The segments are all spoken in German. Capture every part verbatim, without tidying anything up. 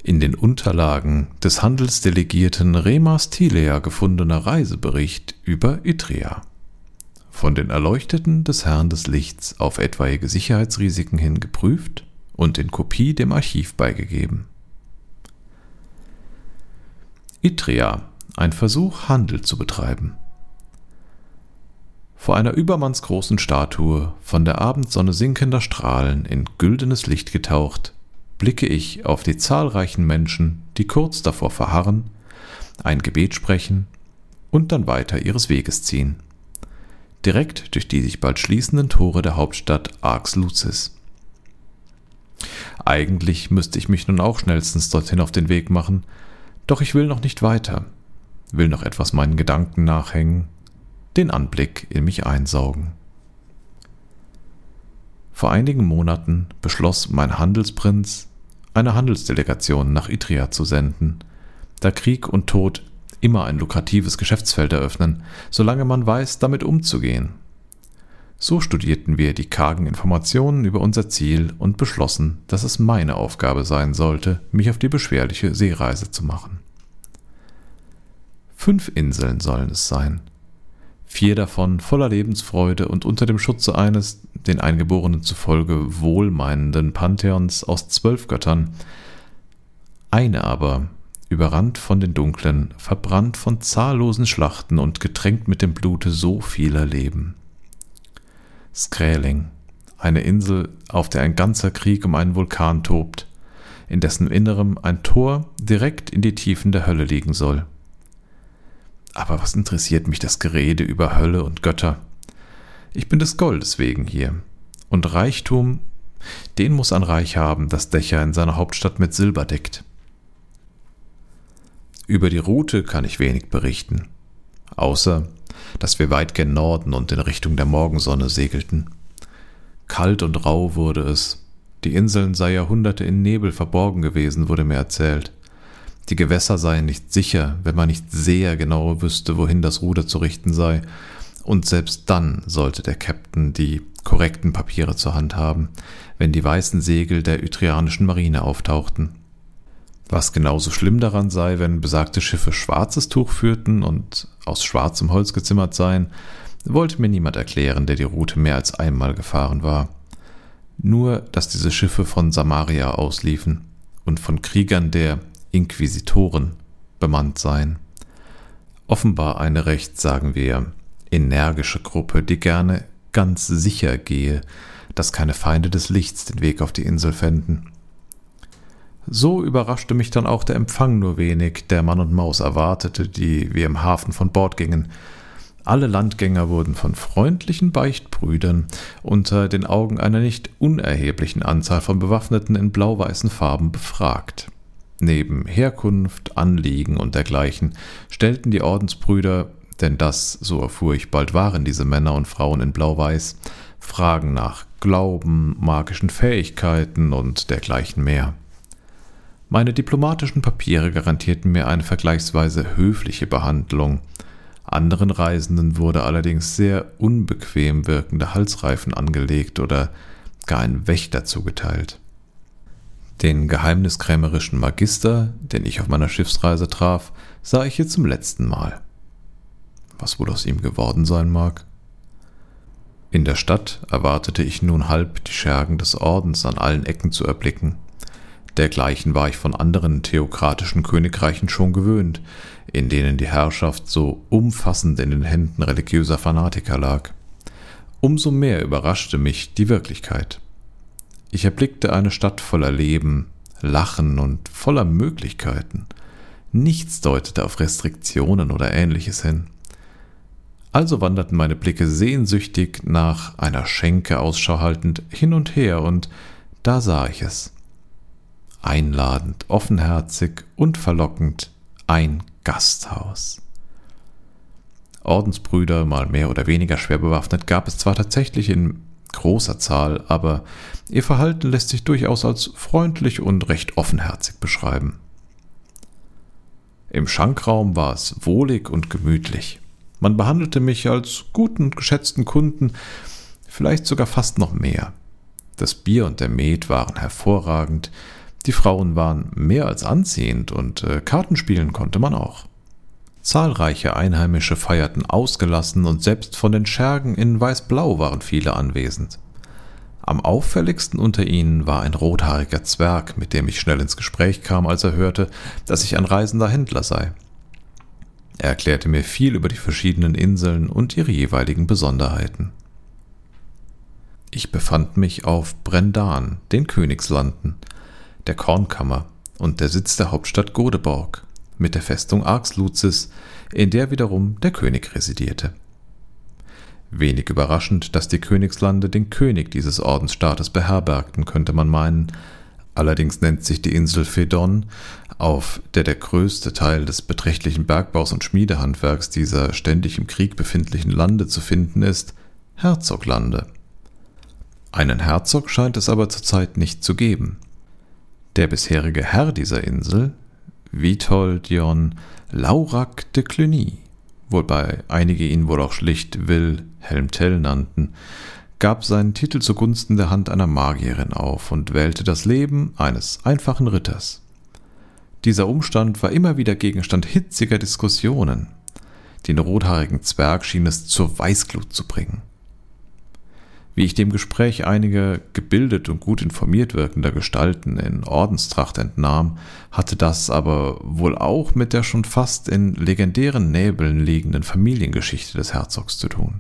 in den Unterlagen des Handelsdelegierten Remas Tilea gefundener Reisebericht über Ittria. Von den Erleuchteten des Herrn des Lichts auf etwaige Sicherheitsrisiken hin geprüft und in Kopie dem Archiv beigegeben. Ittria, ein Versuch, Handel zu betreiben. Vor einer übermannsgroßen Statue, von der Abendsonne sinkender Strahlen in güldenes Licht getaucht, blicke ich auf die zahlreichen Menschen, die kurz davor verharren, ein Gebet sprechen und dann weiter ihres Weges ziehen. Direkt durch die sich bald schließenden Tore der Hauptstadt Arx Lucis. Eigentlich müsste ich mich nun auch schnellstens dorthin auf den Weg machen, doch ich will noch nicht weiter, will noch etwas meinen Gedanken nachhängen, den Anblick in mich einsaugen. Vor einigen Monaten beschloss mein Handelsprinz, eine Handelsdelegation nach Ittria zu senden, da Krieg und Tod immer ein lukratives Geschäftsfeld eröffnen, solange man weiß, damit umzugehen. So studierten wir die kargen Informationen über unser Ziel und beschlossen, dass es meine Aufgabe sein sollte, mich auf die beschwerliche Seereise zu machen. Fünf Inseln sollen es sein. Vier davon voller Lebensfreude und unter dem Schutze eines, den Eingeborenen zufolge wohlmeinenden Pantheons aus zwölf Göttern. Eine aber, überrannt von den Dunklen, verbrannt von zahllosen Schlachten und getränkt mit dem Blute so vieler Leben. Skräling, eine Insel, auf der ein ganzer Krieg um einen Vulkan tobt, in dessen Innerem ein Tor direkt in die Tiefen der Hölle liegen soll. Aber was interessiert mich das Gerede über Hölle und Götter? Ich bin des Goldes wegen hier. Und Reichtum, den muss ein Reich haben, das Dächer in seiner Hauptstadt mit Silber deckt. Über die Route kann ich wenig berichten, außer dass wir weit gen Norden und in Richtung der Morgensonne segelten. Kalt und rau wurde es. Die Inseln sei Jahrhunderte in Nebel verborgen gewesen, wurde mir erzählt. Die Gewässer seien nicht sicher, wenn man nicht sehr genau wüsste, wohin das Ruder zu richten sei, und selbst dann sollte der Captain die korrekten Papiere zur Hand haben, wenn die weißen Segel der yttrianischen Marine auftauchten. Was genauso schlimm daran sei, wenn besagte Schiffe schwarzes Tuch führten und aus schwarzem Holz gezimmert seien, wollte mir niemand erklären, der die Route mehr als einmal gefahren war. Nur, dass diese Schiffe von Samaria ausliefen und von Kriegern der Inquisitoren bemannt seien. Offenbar eine recht, sagen wir, energische Gruppe, die gerne ganz sicher gehe, dass keine Feinde des Lichts den Weg auf die Insel fänden. So überraschte mich dann auch der Empfang nur wenig, der Mann und Maus erwartete, die wir im Hafen von Bord gingen. Alle Landgänger wurden von freundlichen Beichtbrüdern unter den Augen einer nicht unerheblichen Anzahl von Bewaffneten in blau-weißen Farben befragt. Neben Herkunft, Anliegen und dergleichen stellten die Ordensbrüder, denn das, so erfuhr ich bald, waren diese Männer und Frauen in blau-weiß, Fragen nach Glauben, magischen Fähigkeiten und dergleichen mehr. Meine diplomatischen Papiere garantierten mir eine vergleichsweise höfliche Behandlung. Anderen Reisenden wurde allerdings sehr unbequem wirkende Halsreifen angelegt oder gar ein Wächter zugeteilt. Den geheimniskrämerischen Magister, den ich auf meiner Schiffsreise traf, sah ich hier zum letzten Mal. Was wohl aus ihm geworden sein mag? In der Stadt erwartete ich nun halb die Schergen des Ordens an allen Ecken zu erblicken. Dergleichen war ich von anderen theokratischen Königreichen schon gewöhnt, in denen die Herrschaft so umfassend in den Händen religiöser Fanatiker lag. Umso mehr überraschte mich die Wirklichkeit. Ich erblickte eine Stadt voller Leben, Lachen und voller Möglichkeiten. Nichts deutete auf Restriktionen oder Ähnliches hin. Also wanderten meine Blicke sehnsüchtig nach einer Schenke Ausschau haltend hin und her, und da sah ich es. Einladend, offenherzig und verlockend, ein Gasthaus. Ordensbrüder, mal mehr oder weniger schwer bewaffnet, gab es zwar tatsächlich in großer Zahl, aber ihr Verhalten lässt sich durchaus als freundlich und recht offenherzig beschreiben. Im Schankraum war es wohlig und gemütlich. Man behandelte mich als guten und geschätzten Kunden, vielleicht sogar fast noch mehr. Das Bier und der Met waren hervorragend, Die Frauen waren mehr als anziehend und äh, Kartenspielen konnte man auch. Zahlreiche Einheimische feierten ausgelassen und selbst von den Schergen in Weiß-Blau waren viele anwesend. Am auffälligsten unter ihnen war ein rothaariger Zwerg, mit dem ich schnell ins Gespräch kam, als er hörte, dass ich ein reisender Händler sei. Er erklärte mir viel über die verschiedenen Inseln und ihre jeweiligen Besonderheiten. Ich befand mich auf Brendan, den Königslanden, der Kornkammer und der Sitz der Hauptstadt Göteborg, mit der Festung Arxluzis, in der wiederum der König residierte. Wenig überraschend, dass die Königslande den König dieses Ordensstaates beherbergten, könnte man meinen. Allerdings nennt sich die Insel Fedon, auf der der größte Teil des beträchtlichen Bergbaus und Schmiedehandwerks dieser ständig im Krieg befindlichen Lande zu finden ist, Herzoglande. Einen Herzog scheint es aber zurzeit nicht zu geben. Der bisherige Herr dieser Insel, Witold Jon Laurac de Cluny, wobei einige ihn wohl auch schlicht Wilhelm Tell nannten, gab seinen Titel zugunsten der Hand einer Magierin auf und wählte das Leben eines einfachen Ritters. Dieser Umstand war immer wieder Gegenstand hitziger Diskussionen. Den rothaarigen Zwerg schien es zur Weißglut zu bringen. Wie ich dem Gespräch einiger gebildet und gut informiert wirkender Gestalten in Ordenstracht entnahm, hatte das aber wohl auch mit der schon fast in legendären Nebeln liegenden Familiengeschichte des Herzogs zu tun.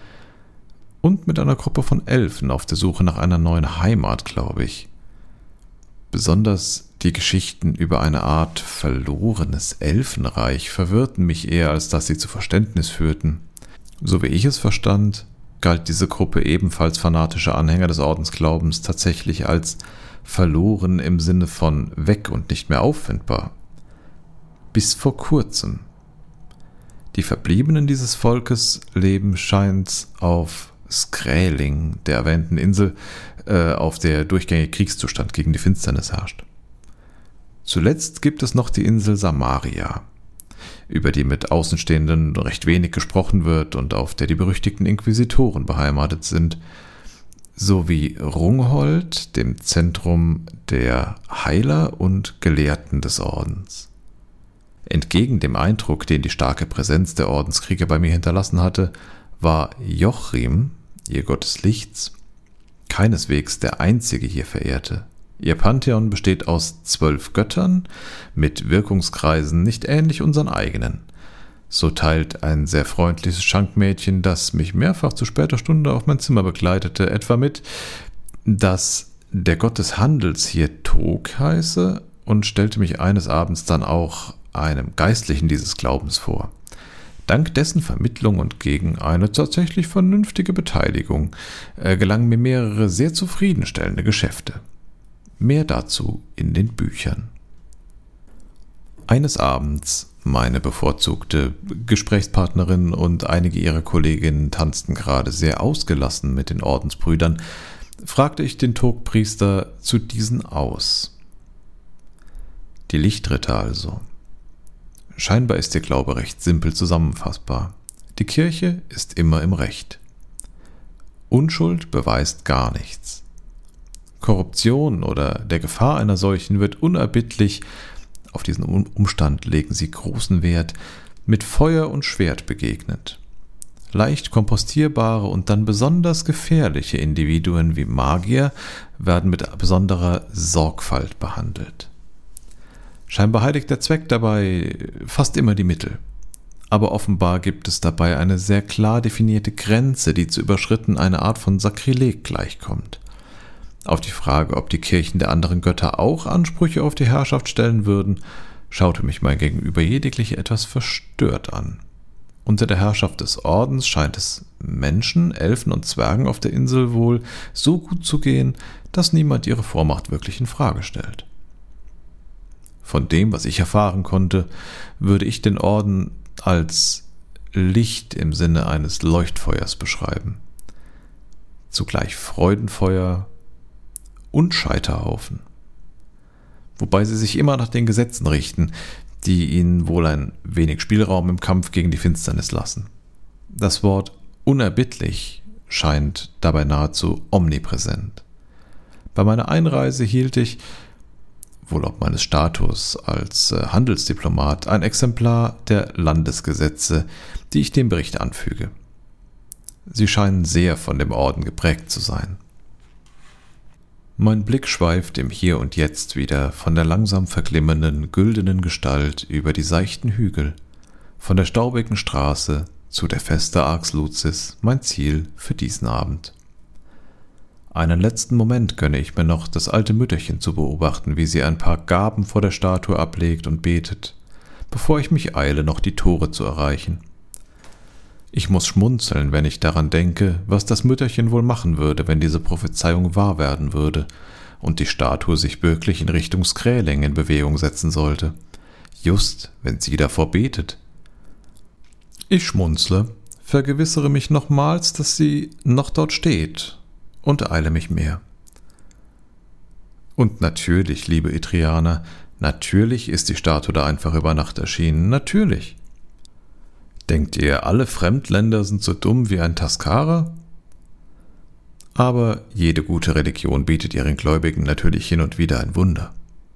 Und mit einer Gruppe von Elfen auf der Suche nach einer neuen Heimat, glaube ich. Besonders die Geschichten über eine Art verlorenes Elfenreich verwirrten mich eher, als dass sie zu Verständnis führten. So wie ich es verstand, galt diese Gruppe ebenfalls fanatischer Anhänger des Ordensglaubens tatsächlich als verloren im Sinne von weg und nicht mehr auffindbar. Bis vor kurzem. Die Verbliebenen dieses Volkes leben scheint auf Skräling, der erwähnten Insel, äh, auf der durchgängig Kriegszustand gegen die Finsternis herrscht. Zuletzt gibt es noch die Insel Samaria, über die mit Außenstehenden recht wenig gesprochen wird und auf der die berüchtigten Inquisitoren beheimatet sind, sowie Rungholt, dem Zentrum der Heiler und Gelehrten des Ordens. Entgegen dem Eindruck, den die starke Präsenz der Ordenskrieger bei mir hinterlassen hatte, war Jochrim, ihr Gott des Lichts, keineswegs der einzige hier Verehrte. Ihr Pantheon besteht aus zwölf Göttern mit Wirkungskreisen nicht ähnlich unseren eigenen. So teilt ein sehr freundliches Schankmädchen, das mich mehrfach zu später Stunde auf mein Zimmer begleitete, etwa mit, dass der Gott des Handels hier Tog heiße, und stellte mich eines Abends dann auch einem Geistlichen dieses Glaubens vor. Dank dessen Vermittlung und gegen eine tatsächlich vernünftige Beteiligung äh, gelangen mir mehrere sehr zufriedenstellende Geschäfte. Mehr dazu in den Büchern. Eines Abends, meine bevorzugte Gesprächspartnerin und einige ihrer Kolleginnen tanzten gerade sehr ausgelassen mit den Ordensbrüdern, fragte ich den Togpriester zu diesen aus. Die Lichtritter also. Scheinbar ist ihr Glaube recht simpel zusammenfassbar. Die Kirche ist immer im Recht. Unschuld beweist gar nichts. Korruption oder der Gefahr einer solchen wird unerbittlich, auf diesen Umstand legen sie großen Wert, mit Feuer und Schwert begegnet. Leicht kompostierbare und dann besonders gefährliche Individuen wie Magier werden mit besonderer Sorgfalt behandelt. Scheinbar heiligt der Zweck dabei fast immer die Mittel. Aber offenbar gibt es dabei eine sehr klar definierte Grenze, die zu überschritten eine Art von Sakrileg gleichkommt. Auf die Frage, ob die Kirchen der anderen Götter auch Ansprüche auf die Herrschaft stellen würden, schaute mich mein Gegenüber lediglich etwas verstört an. Unter der Herrschaft des Ordens scheint es Menschen, Elfen und Zwergen auf der Insel wohl so gut zu gehen, dass niemand ihre Vormacht wirklich in Frage stellt. Von dem, was ich erfahren konnte, würde ich den Orden als Licht im Sinne eines Leuchtfeuers beschreiben. Zugleich Freudenfeuer und Scheiterhaufen. Wobei sie sich immer nach den Gesetzen richten, die ihnen wohl ein wenig Spielraum im Kampf gegen die Finsternis lassen. Das Wort unerbittlich scheint dabei nahezu omnipräsent. Bei meiner Einreise hielt ich, wohl ob meines Status als äh, Handelsdiplomat, ein Exemplar der Landesgesetze, die ich dem Bericht anfüge. Sie scheinen sehr von dem Orden geprägt zu sein. Mein Blick schweift im Hier und Jetzt wieder von der langsam verglimmenden, güldenen Gestalt über die seichten Hügel, von der staubigen Straße zu der Feste Arx Lucis, mein Ziel für diesen Abend. Einen letzten Moment gönne ich mir noch, das alte Mütterchen zu beobachten, wie sie ein paar Gaben vor der Statue ablegt und betet, bevor ich mich eile, noch die Tore zu erreichen. Ich muss schmunzeln, wenn ich daran denke, was das Mütterchen wohl machen würde, wenn diese Prophezeiung wahr werden würde und die Statue sich wirklich in Richtung Skräling in Bewegung setzen sollte, just wenn sie davor betet. Ich schmunzle, vergewissere mich nochmals, dass sie noch dort steht und eile mich mehr. Und natürlich, liebe Etrianer, natürlich ist die Statue da einfach über Nacht erschienen, natürlich. Denkt ihr, alle Fremdländer sind so dumm wie ein Taskarer? Aber jede gute Religion bietet ihren Gläubigen natürlich hin und wieder ein Wunder.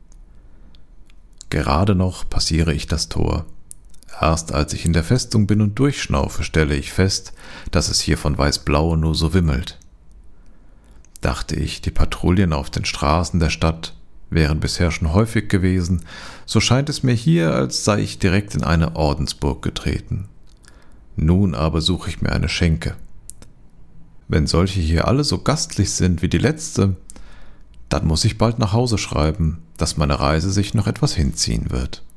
Gerade noch passiere ich das Tor. Erst als ich in der Festung bin und durchschnaufe, stelle ich fest, dass es hier von Weiß-Blau nur so wimmelt. Dachte ich, die Patrouillen auf den Straßen der Stadt wären bisher schon häufig gewesen, so scheint es mir hier, als sei ich direkt in eine Ordensburg getreten. Nun aber suche ich mir eine Schenke. Wenn solche hier alle so gastlich sind wie die letzte, dann muss ich bald nach Hause schreiben, dass meine Reise sich noch etwas hinziehen wird.